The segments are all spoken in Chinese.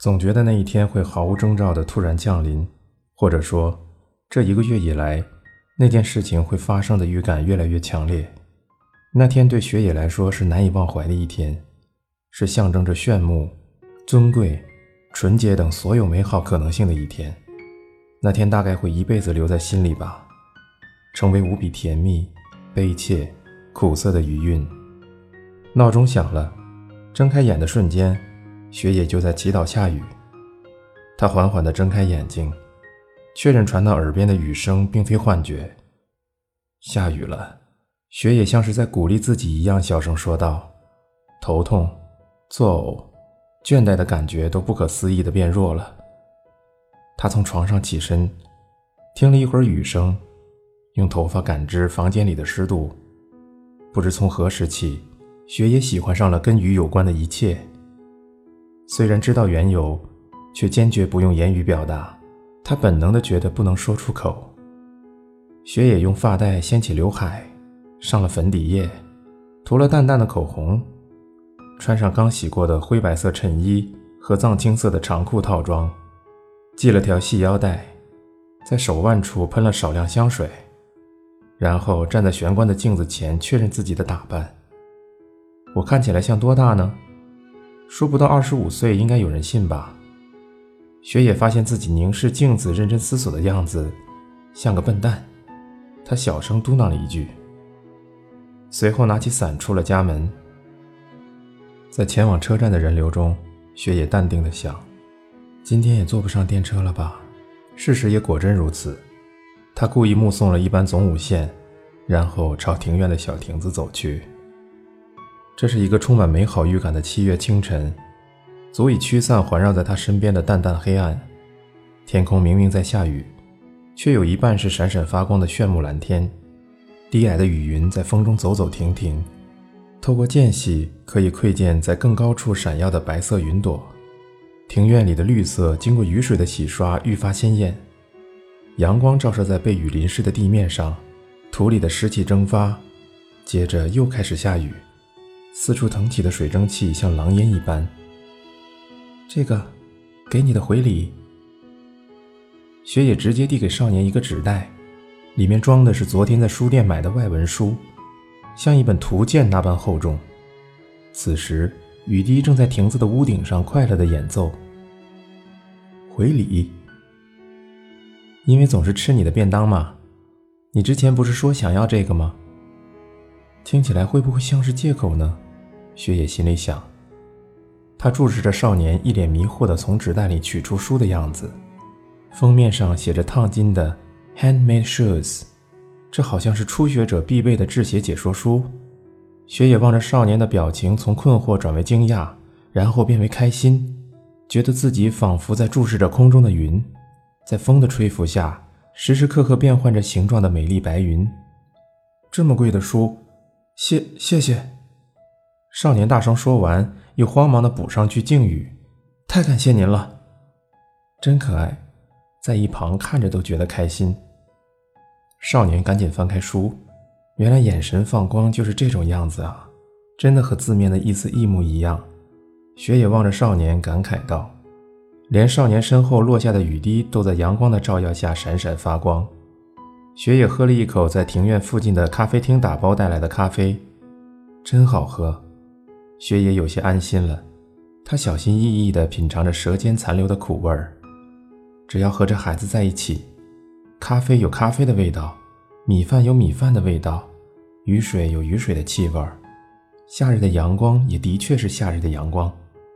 总觉得那一天会毫无征兆地突然降临，或者说这1个月以来那件事情会发生的预感越来越强烈。那天对雪野来说是难以忘怀的一天，是象征着炫目、尊贵、纯洁等所有美好可能性的一天。那天大概会一辈子留在心里吧，成为无比甜蜜、悲切、苦涩的余韵。闹钟响了，睁开眼的瞬间，雪野就在祈祷下雨。他缓缓地睁开眼睛，确认传到耳边的雨声并非幻觉。下雨了，雪野像是在鼓励自己一样小声说道。头痛、作呕、倦怠的感觉都不可思议地变弱了。他从床上起身，听了一会儿雨声，用头发感知房间里的湿度。不知从何时起，雪野喜欢上了跟雨有关的一切。虽然知道缘由，却坚决不用言语表达，他本能地觉得不能说出口。雪野用发带掀起刘海，上了粉底液，涂了淡淡的口红，穿上刚洗过的灰白色衬衣和藏青色的长裤套装，系了条细腰带，在手腕处喷了少量香水，然后站在玄关的镜子前确认自己的打扮。我看起来像多大呢？说不到25岁应该有人信吧。雪野发现自己凝视镜子认真思索的样子像个笨蛋，他小声嘟囔了一句，随后拿起伞出了家门。在前往车站的人流中，雪野淡定地想，今天也坐不上电车了吧。事实也果真如此。他故意目送了一班总武线，然后朝庭院的小亭子走去。这是一个充满美好预感的7月清晨，足以驱散环绕在他身边的淡淡黑暗。天空明明在下雨，却有一半是闪闪发光的炫目蓝天。低矮的雨云在风中走走停停，透过间隙可以窥见在更高处闪耀的白色云朵。庭院里的绿色经过雨水的洗刷愈发鲜艳，阳光照射在被雨淋湿的地面上，土里的湿气蒸发，接着又开始下雨，四处腾起的水蒸气像狼烟一般。这个，给你的回礼。雪野直接递给少年一个纸袋，里面装的是昨天在书店买的外文书，像一本图鉴那般厚重。此时，雨滴正在亭子的屋顶上快乐地演奏。回礼？因为总是吃你的便当嘛，你之前不是说想要这个吗？听起来会不会像是借口呢？雪野心里想。他注视着少年一脸迷惑地从纸袋里取出书的样子，封面上写着烫金的 Handmade Shoes， 这好像是初学者必备的制鞋解说书。雪野望着少年的表情从困惑转为惊讶，然后变为开心，觉得自己仿佛在注视着空中的云，在风的吹拂下时时刻刻变换着形状的美丽白云。这么贵的书，谢谢。少年大声说完，又慌忙地补上句敬语，太感谢您了。真可爱，在一旁看着都觉得开心。少年赶紧翻开书，原来眼神放光就是这种样子啊，真的和字面的意思一模一样。雪野望着少年感慨道，连少年身后落下的雨滴都在阳光的照耀下闪闪发光。雪野喝了一口在庭院附近的咖啡厅打包带来的咖啡，真好喝。雪野有些安心了，他小心翼翼地品尝着舌尖残留的苦味儿。只要和这孩子在一起，咖啡有咖啡的味道，米饭有米饭的味道，雨水有雨水的气味，夏日的阳光也的确是夏日的阳光。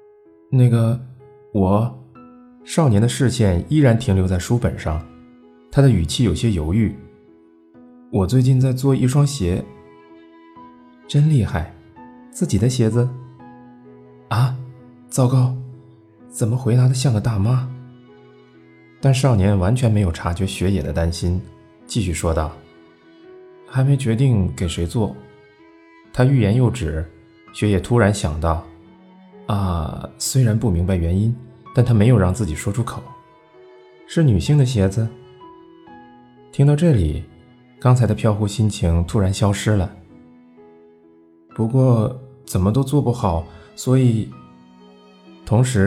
少年的视线依然停留在书本上，他的语气有些犹豫。我最近在做一双鞋。真厉害，自己的鞋子？啊，糟糕，怎么回答得像个大妈？但少年完全没有察觉雪野的担心，继续说道，还没决定给谁做。他欲言又止，雪野突然想到，虽然不明白原因，但他没有让自己说出口。是女性的鞋子？听到这里，刚才的飘忽心情突然消失了。不过怎么都做不好，所以……同时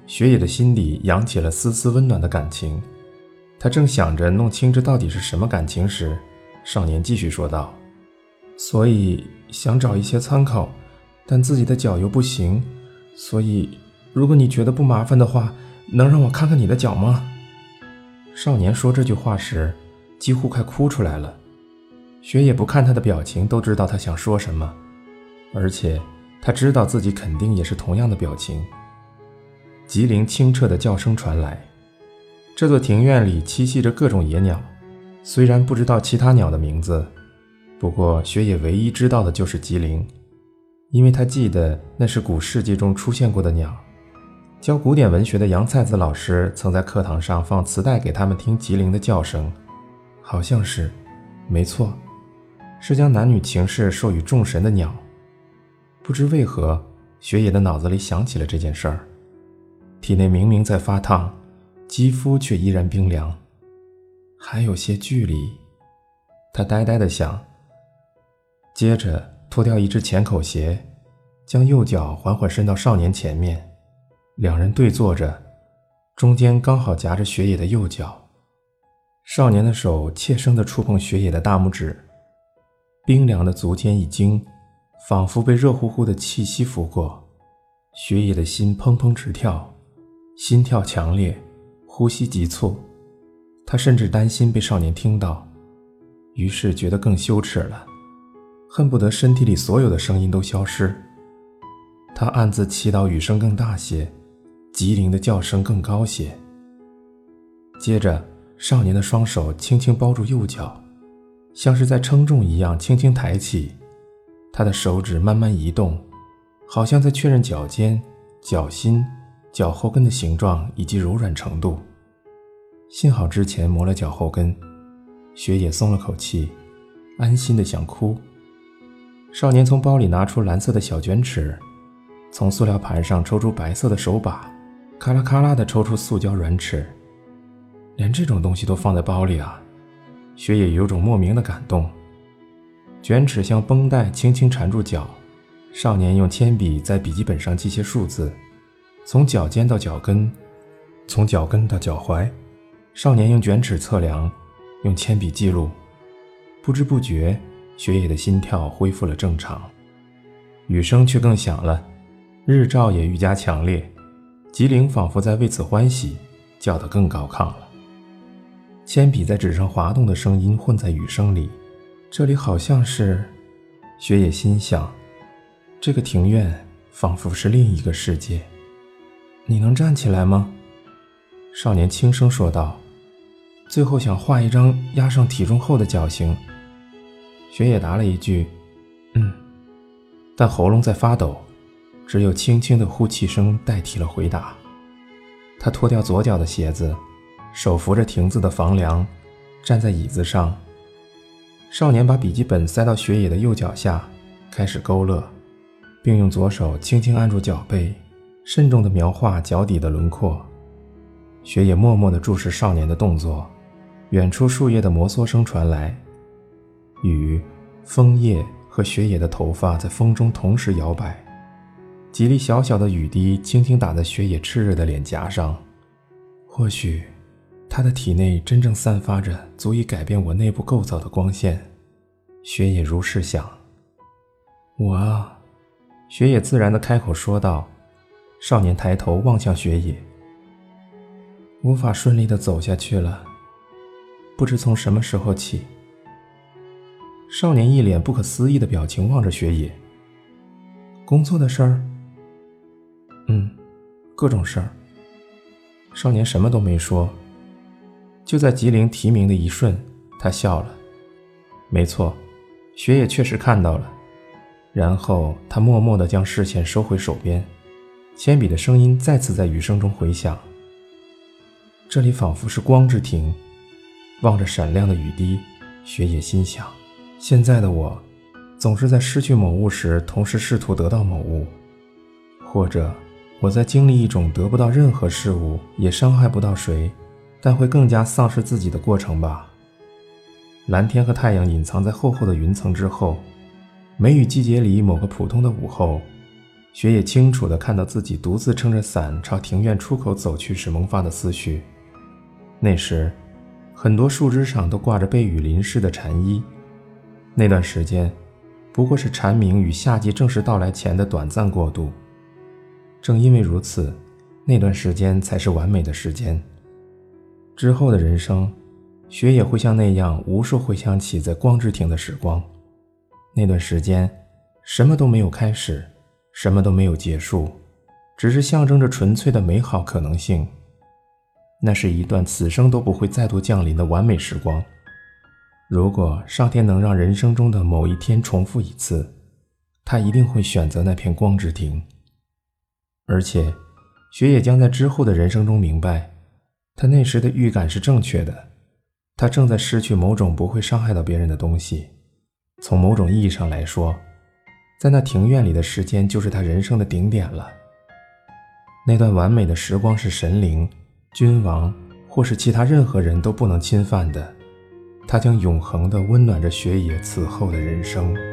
雪野的心里扬起了丝丝温暖的感情。他正想着弄清这到底是什么感情时，少年继续说道：所以想找一些参考，但自己的脚又不行，所以如果你觉得不麻烦的话，能让我看看你的脚吗？少年说这句话时几乎快哭出来了。雪野不看他的表情都知道他想说什么，而且他知道自己肯定也是同样的表情。吉林清澈的叫声传来，这座庭院里栖息着各种野鸟，虽然不知道其他鸟的名字，不过雪野唯一知道的就是吉林，因为他记得那是古世纪中出现过的鸟。教古典文学的杨菜子老师曾在课堂上放磁带给他们听吉林的叫声，好像是，没错，是将男女情事授予众神的鸟。不知为何，雪野的脑子里想起了这件事儿，体内明明在发烫，肌肤却依然冰凉，还有些距离。他呆呆地想，接着脱掉一只前口鞋，将右脚缓缓伸到少年前面，两人对坐着，中间刚好夹着雪野的右脚。少年的手怯生地触碰雪野的大拇指，冰凉的足尖一惊，仿佛被热乎乎的气息拂过。雪野的心砰砰直跳，心跳强烈，呼吸急促。他甚至担心被少年听到，于是觉得更羞耻了，恨不得身体里所有的声音都消失。他暗自祈祷雨声更大些，吉林的叫声更高些。接着少年的双手轻轻包住右脚，像是在称重一样轻轻抬起，他的手指慢慢移动，好像在确认脚尖、脚心、脚后跟的形状以及柔软程度。幸好之前磨了脚后跟，雪野松了口气，安心的想哭。少年从包里拿出蓝色的小卷尺，从塑料盘上抽出白色的手把，咔啦咔啦地抽出塑胶软尺。连这种东西都放在包里啊！雪野有种莫名的感动。卷尺像绷带轻轻缠住脚，少年用铅笔在笔记本上记些数字，从脚尖到脚跟，从脚跟到脚踝。少年用卷尺测量，用铅笔记录。不知不觉，雪野的心跳恢复了正常。雨声却更响了，日照也愈加强烈，吉林仿佛在为此欢喜，叫得更高亢了。铅笔在纸上滑动的声音混在雨声里，这里好像是……雪野心想，这个庭院仿佛是另一个世界。你能站起来吗？少年轻声说道，最后想画一张压上体重后的脚型。雪野答了一句但喉咙在发抖，只有轻轻的呼气声代替了回答。他脱掉左脚的鞋子，手扶着亭子的房梁，站在椅子上。少年把笔记本塞到雪野的右脚下，开始勾勒，并用左手轻轻按住脚背，慎重地描画脚底的轮廓。雪野默默地注视少年的动作，远处树叶的摩挲声传来，雨、枫叶和雪野的头发在风中同时摇摆，几粒小小的雨滴轻轻打在雪野炽热的脸颊上。或许他的体内真正散发着足以改变我内部构造的光线，雪野如是想。我啊，雪野自然地开口说道。少年抬头望向雪野，无法顺利地走下去了，不知从什么时候起。少年一脸不可思议的表情望着雪野。工作的事儿？各种事儿。少年什么都没说。就在吉林提名的一瞬，他笑了。没错，雪野确实看到了。然后他默默地将视线收回手边，铅笔的声音再次在雨声中回响。这里仿佛是光之庭。望着闪亮的雨滴，雪野心想，现在的我总是在失去某物时同时试图得到某物，或者我在经历一种得不到任何事物也伤害不到谁，但会更加丧失自己的过程吧。蓝天和太阳隐藏在厚厚的云层之后，梅雨季节里某个普通的午后， 雪野清楚地看到自己独自撑着伞朝庭院出口走去时萌发的思绪。那时很多树枝上都挂着被雨淋湿的蝉衣，那段时间不过是蝉鸣与夏季正式到来前的短暂过渡。正因为如此，那段时间才是完美的时间。之后的人生，雪野会像那样无数回想起在光之庭的时光。那段时间什么都没有开始，什么都没有结束，只是象征着纯粹的美好可能性。那是一段此生都不会再度降临的完美时光。如果上天能让人生中的某一天重复一次，他一定会选择那片光之庭。而且雪野将在之后的人生中明白，他那时的预感是正确的，他正在失去某种不会伤害到别人的东西。从某种意义上来说，在那庭院里的时间就是他人生的顶点了。那段完美的时光是神灵、君王或是其他任何人都不能侵犯的，它将永恒地温暖着雪野此后的人生。